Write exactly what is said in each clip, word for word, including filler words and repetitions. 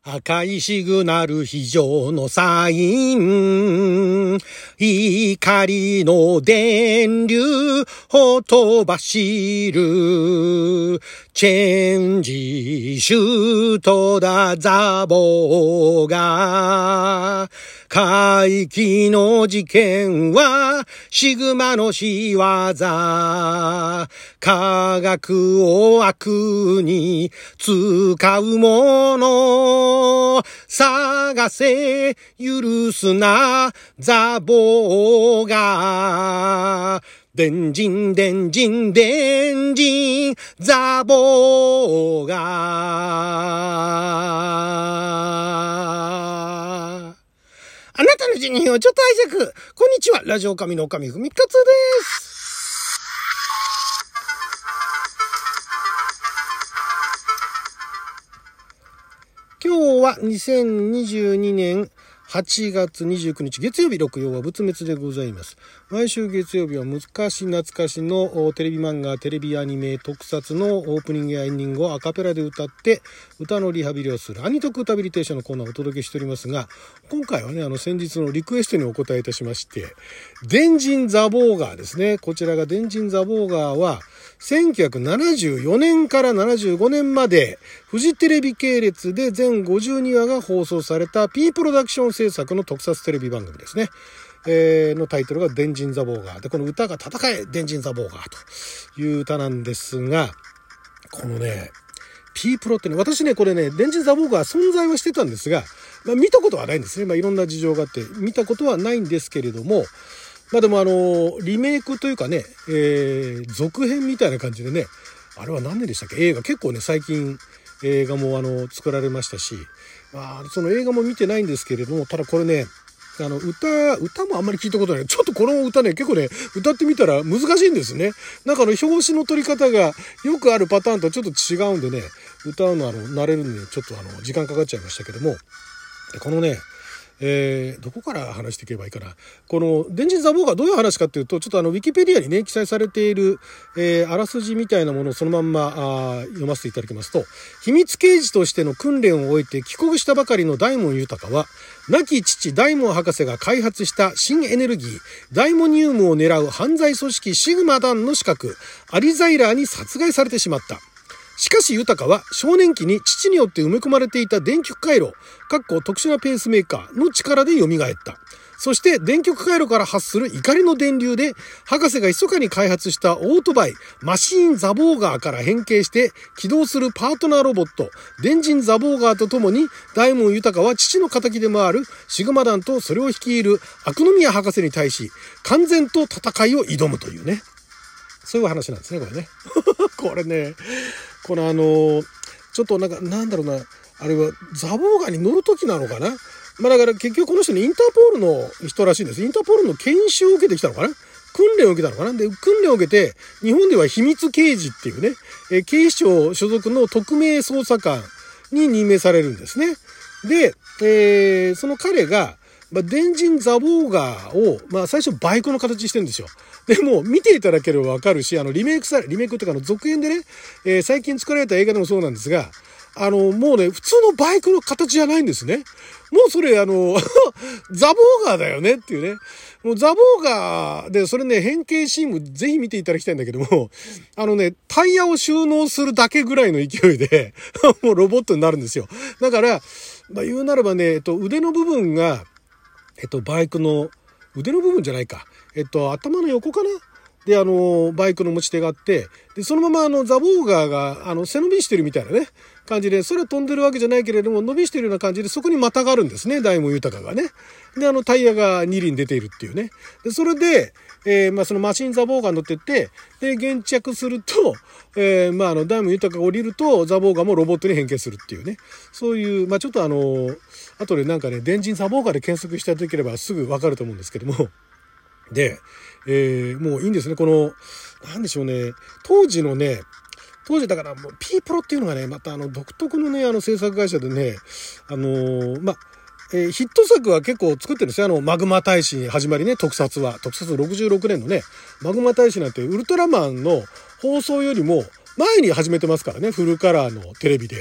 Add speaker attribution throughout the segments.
Speaker 1: 赤いシグナル非常のサイン。光の電流ほとばしる。チェンジシュートだザボーが。怪奇の事件はシグマの仕業。科学を悪に使うもの。探せ許すなザボーが。電人電人電人ザボーが。あなたの人品をちょっと拝借。こんにちは、ラジオ神の神ふみかつです。今日はにせんにじゅうにねんはちがつにじゅうくにち月曜日、録曜は仏滅でございます。毎週月曜日は昔懐かしのテレビ漫画、テレビアニメ、特撮のオープニングやエンディングをアカペラで歌って歌のリハビリをするアニトク歌ビリテーションのコーナーをお届けしておりますが、今回はね、あの先日のリクエストにお答えいたしまして、電人ザボーガーですね。こちらが電人ザボーガーはせんきゅうひゃくななじゅうよねんからななじゅうごねんまでフジテレビ系列で全ごじゅうにわが放送された P プロダクション制作の特撮テレビ番組ですね。えー、のタイトルが電人ザボーガーで、この歌が戦え電人ザボーガーという歌なんですが、このね P プロってね、私ねこれね電人ザボーガー存在はしてたんですが、まあ、見たことはないんですね。まあいろんな事情があって見たことはないんですけれども、まあでもあのリメイクというかね、えー、続編みたいな感じでね、あれは何年でしたっけ、映画結構ね最近映画もあの作られましたし、まあ、その映画も見てないんですけれども、ただこれねあの歌歌もあんまり聞いたことない。ちょっとこの歌ね結構ね歌ってみたら難しいんですね。なんかあの表紙の取り方がよくあるパターンとちょっと違うんでね、歌うのあの慣れるんでちょっとあの時間かかっちゃいましたけども、このねえー、どこから話していけばいいかな。この電人ザボーがどういう話かっていうと、ちょっとあのウィキペディアにね記載されている、えー、あらすじみたいなものをそのまんまあ読ませていただきますと、秘密刑事としての訓練を終えて帰国したばかりの大門豊は、亡き父大門博士が開発した新エネルギーダイモニウムを狙う犯罪組織シグマ団の刺客アリザイラーに殺害されてしまった。しかし豊は少年期に父によって埋め込まれていた電極回路、かっこ特殊なペースメーカーの力で蘇った。そして電極回路から発する怒りの電流で、博士が密かに開発したオートバイ、マシーンザボーガーから変形して起動するパートナーロボット、電人ザボーガーとともに、大門豊は父の仇でもあるシグマ団とそれを率いるアクノミア博士に対し、完全と戦いを挑むというね。そういう話なんですね、これね。これね。このあのちょっとなんかなんだろうな、あれはザボーガーに乗る時なのかな。まあだから結局この人にインターポールの人らしいんです。インターポールの研修を受けてきたのかな、訓練を受けたのかな。で訓練を受けて日本では秘密刑事っていうね、え警視庁所属の特命捜査官に任命されるんですね。で、えー、その彼がまあ、電人ザボーガーを、まあ、最初バイクの形してるんですよ。でも、見ていただければわかるし、あの、リメイクされ、リメイクっていうか、あの、続編でね、えー、最近作られた映画でもそうなんですが、あの、もうね、普通のバイクの形じゃないんですね。もうそれ、あの、ザボーガーだよねっていうね。もうザボーガーで、それね、変形シーンもぜひ見ていただきたいんだけども、あのね、タイヤを収納するだけぐらいの勢いで、もうロボットになるんですよ。だから、まあ、言うならばね、えっと、腕の部分が、えっと、バイクの腕の部分じゃないか。えっと、頭の横かなで、あの、バイクの持ち手があって、で、そのままあの、ザボーガーが、あの、背伸びしてるみたいなね、感じで、それは飛んでるわけじゃないけれども、伸びしてるような感じで、そこにまたがるんですね、大門豊がね。で、あの、タイヤがに輪出ているっていうね。で、それで、えー、まあ、そのマシンザボーガー乗ってって、で、現着すると、えー、まあ、あの、大門豊が降りると、ザボーガーもロボットに変形するっていうね。そういう、まあ、ちょっとあの、後でなんかね、電人ザボーガーで検索していただければすぐわかると思うんですけども。で、えー、もういいんですね。この、なんでしょうね、当時のね、当時だからもう P プロっていうのがね、またあの独特のね、あの制作会社でね、あのー、まあ、えー、ヒット作は結構作ってるんですよ。あの、マグマ大使に始まりね、特撮は。特撮ろくじゅうろくねんのね、マグマ大使なんてウルトラマンの放送よりも前に始めてますからね、フルカラーのテレビで。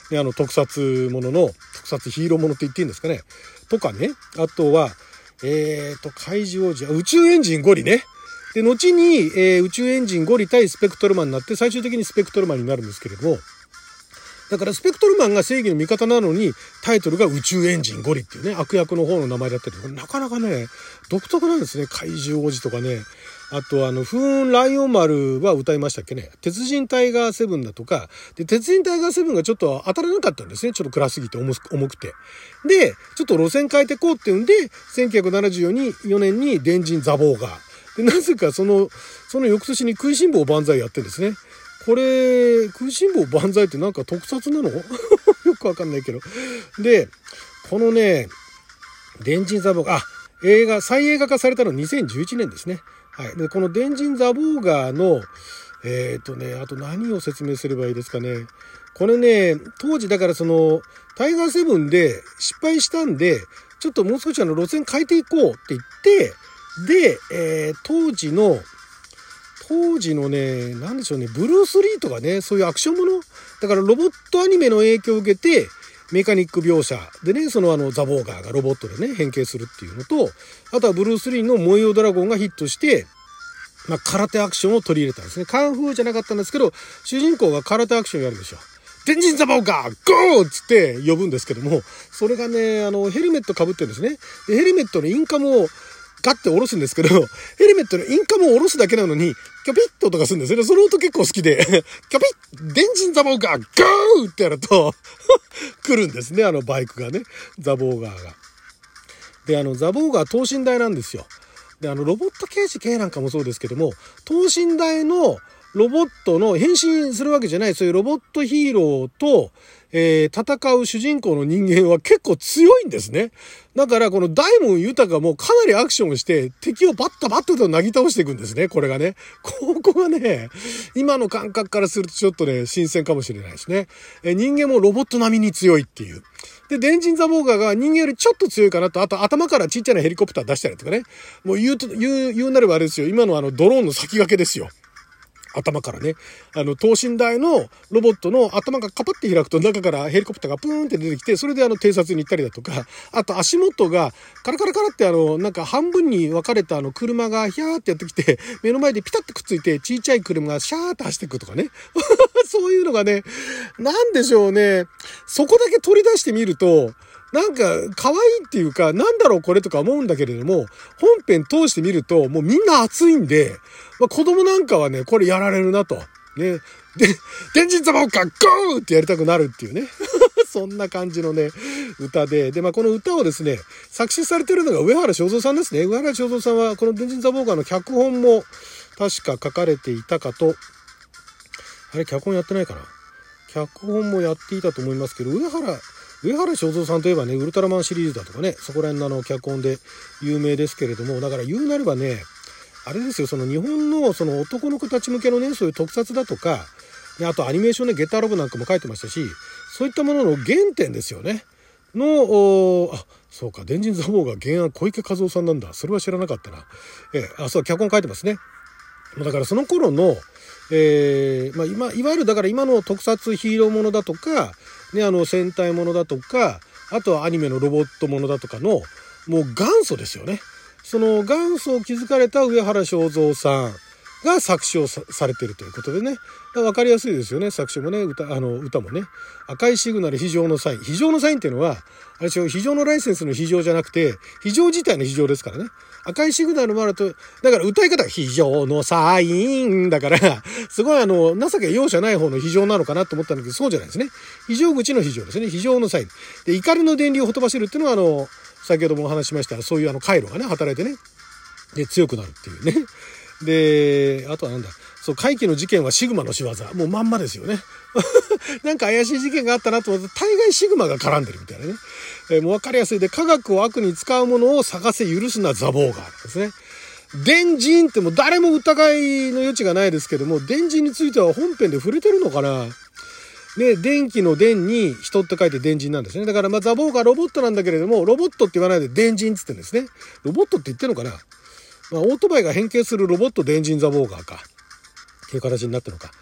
Speaker 1: ね、あの特撮ものの特撮ヒーローものって言っていいんですかねとかね、あとはえーと怪獣王子、宇宙エンジンゴリね。で後に、えー、宇宙エンジンゴリ対スペクトルマンになって最終的にスペクトルマンになるんですけれども、だからスペクトルマンが正義の味方なのにタイトルが宇宙エンジンゴリっていうね、悪役の方の名前だったり、なかなかね独特なんですね。怪獣王子とかね、あとあの風雲ライオン丸は歌いましたっけね、鉄人タイガーセブンだとかで、鉄人タイガーセブンがちょっと当たらなかったんですね。ちょっと暗すぎて 重, 重くてでちょっと路線変えてこうっていうんでせんきゅうひゃくななじゅうよねんに電人ザボーガーで、なぜかそのその翌年に食いしん坊万歳やってるんですね。これ食いしん坊万歳ってなんか特撮なのよくわかんないけど、でこのね電人ザボーガー、あ映画再映画化されたのにせんじゅういちねんですね。はい、でこの電人ザボーガーのえっとねあと何を説明すればいいですかね。これね当時だからそのタイガーセブンで失敗したんでちょっともう少しあの路線変えていこうって言ってで、えー、当時の当時のね何でしょうね、ブルース・リーとかね、そういうアクションものだからロボットアニメの影響を受けてメカニック描写でね、そのあのザボーガーがロボットでね変形するっていうのと、あとはブルース・リーの燃えよドラゴンがヒットして、まあ、空手アクションを取り入れたんですね。カンフーじゃなかったんですけど主人公が空手アクションやるんですよ。電人ザボーガーゴーっつって呼ぶんですけども、それがねあのヘルメットかぶってるんですね。でヘルメットのインカムをガッて下ろすんですけど、ヘルメットのインカムを下ろすだけなのにキョピッと音がするんですよね。その音結構好きでキョピッ電人ザボーガーゴーってやると来るんですね、あのバイクがね、ザボーガーが。であのザボーガー等身大なんですよ。であのロボット刑事系なんかもそうですけども、等身大のロボットの変身するわけじゃない、そういうロボットヒーローと、えー、戦う主人公の人間は結構強いんですね。だからこの大門豊もかなりアクションをして敵をバッタバッタとなぎ倒していくんですね。これがね、ここがね今の感覚からするとちょっとね新鮮かもしれないですね。えー、人間もロボット並みに強いっていう。で電人ザボーガーが人間よりちょっと強いかなと、あと頭からちっちゃなヘリコプター出したりとかね、もう言うと言う言うなればあれですよ、今のあのドローンの先駆けですよ。頭からね、あの等身大のロボットの頭がカパッて開くと中からヘリコプターがプーンって出てきて、それであの偵察に行ったりだとか、あと足元がカラカラカラってあのなんか半分に分かれたあの車がヒャーってやってきて目の前でピタッとくっついてちっちゃい車がシャーって走っていくとかねそういうのがね、なんでしょうね、そこだけ取り出してみるとなんか可愛いっていうか、なんだろうこれとか思うんだけれども、本編通してみるともうみんな熱いんで、まあ、子供なんかはねこれやられるなとね、で電人ザボーガーゴーってやりたくなるっていうねそんな感じのね歌で、でまあこの歌をですね作詞されてるのが上原正三さんですね。上原正三さんはこの電人ザボーガーの脚本も確か書かれていたかと、あれ脚本やってないかな、脚本もやっていたと思いますけど、上原上原正三さんといえばねウルトラマンシリーズだとかね、そこら辺のあの脚本で有名ですけれども、だから言うなればねあれですよ、その日本のその男の子たち向けのねそういう特撮だとか、あとアニメーションでゲッターロボなんかも書いてましたし、そういったものの原点ですよねの、あそうか電人ザボーが原案小池和夫さんなんだ、それは知らなかったな。えあそう脚本書いてますね。だからその頃の、えーまあ、今いわゆるだから今の特撮ヒーローものだとか、ね、あの戦隊ものだとか、あとはアニメのロボットものだとかのもう元祖ですよね。その元祖を築かれた上原正三さんが作詞を さ, されているということでね、分かりやすいですよね。作詞もね 歌, あの歌もね、赤いシグナル非常のサイン、非常のサインっていうのはあれですよ、非常のライセンスの非常じゃなくて非常自体の非常ですからね。赤いシグナルもあると、だから歌い方が非常のサインだからすごいあの情け容赦ない方の非常なのかなと思ったんだけど、そうじゃないですね。非常口の非常ですね。非常のサインで怒りの電流をほとばしるっていうのはあの先ほどもお話しましたそういうあの回路がね働いてね、で強くなるっていうね。であとはなんだ、そう怪奇の事件はシグマの仕業、もうまんまですよねなんか怪しい事件があったなと思うと大概シグマが絡んでるみたいなね、えー、もう分かりやすい。で科学を悪に使うものを探せ許すなザボーガーですね。電人ってもう誰も疑いの余地がないですけども、電人については本編で触れてるのかなね、電気の電に人って書いて電人なんですね。だからまあザボーガーロボットなんだけれども、ロボットって言わないで電人っつってんですね。ロボットって言ってるのかな、まあ、オートバイが変形するロボット電人ザボーガーかっていう形になってるのか。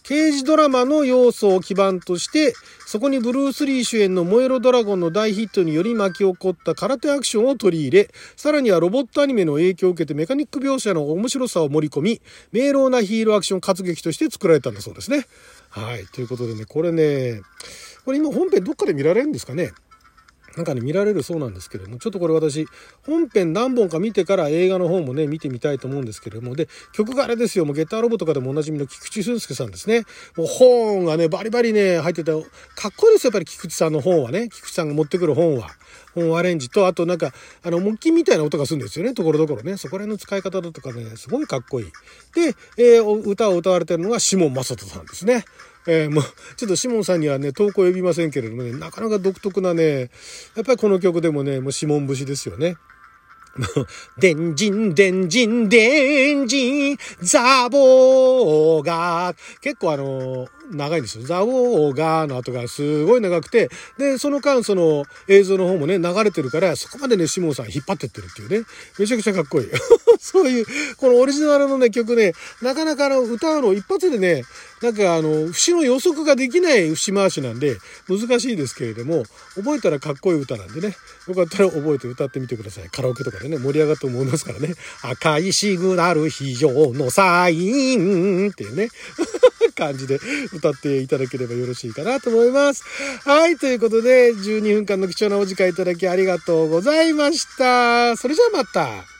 Speaker 1: 刑事ドラマの要素を基盤として、そこにブルース・リー主演の燃えろドラゴンの大ヒットにより巻き起こった空手アクションを取り入れ、さらにはロボットアニメの影響を受けてメカニック描写の面白さを盛り込み、明朗なヒーローアクション活劇として作られたんだそうですね。はい。ということでね、これね、これ今本編どっかで見られるんですかね。なんかね、見られるそうなんですけれども、ちょっとこれ私、本編何本か見てから映画の方もね、見てみたいと思うんですけれども、で、曲があれですよ、もうゲッターロボとかでもおなじみの菊池俊介さんですね。もう本がね、バリバリね、入ってて、かっこいいですよ、やっぱり菊池さんの本はね、菊池さんが持ってくる本は。本アレンジと、あとなんか、あの、木琴みたいな音がするんですよね、ところどころね。そこら辺の使い方だとかね、すごいかっこいい。で、えー、歌を歌われてるのがシモン正人さんですね。えー、もう、ちょっとシモンさんにはね、投稿呼びませんけれどもね、なかなか独特なね、やっぱりこの曲でもね、もうシモン節ですよね。電人、電人、電人、ザボーが、結構あの、長いんですよ。ザボーがの後がすごい長くて、で、その間その映像の方もね、流れてるから、そこまでね、シモンさん引っ張ってってるっていうね、めちゃくちゃかっこいい。そういう、このオリジナルのね、曲ね、なかなかあの、歌うの一発でね、なんかあの、節の予測ができない節回しなんで、難しいですけれども、覚えたらかっこいい歌なんでね、よかったら覚えて歌ってみてください。カラオケとかでね、盛り上がると思いますからね。赤いシグナル非常のサインっていうね、感じで歌っていただければよろしいかなと思います。はい、ということで、じゅうにふんかんの貴重なお時間いただきありがとうございました。それじゃあまた。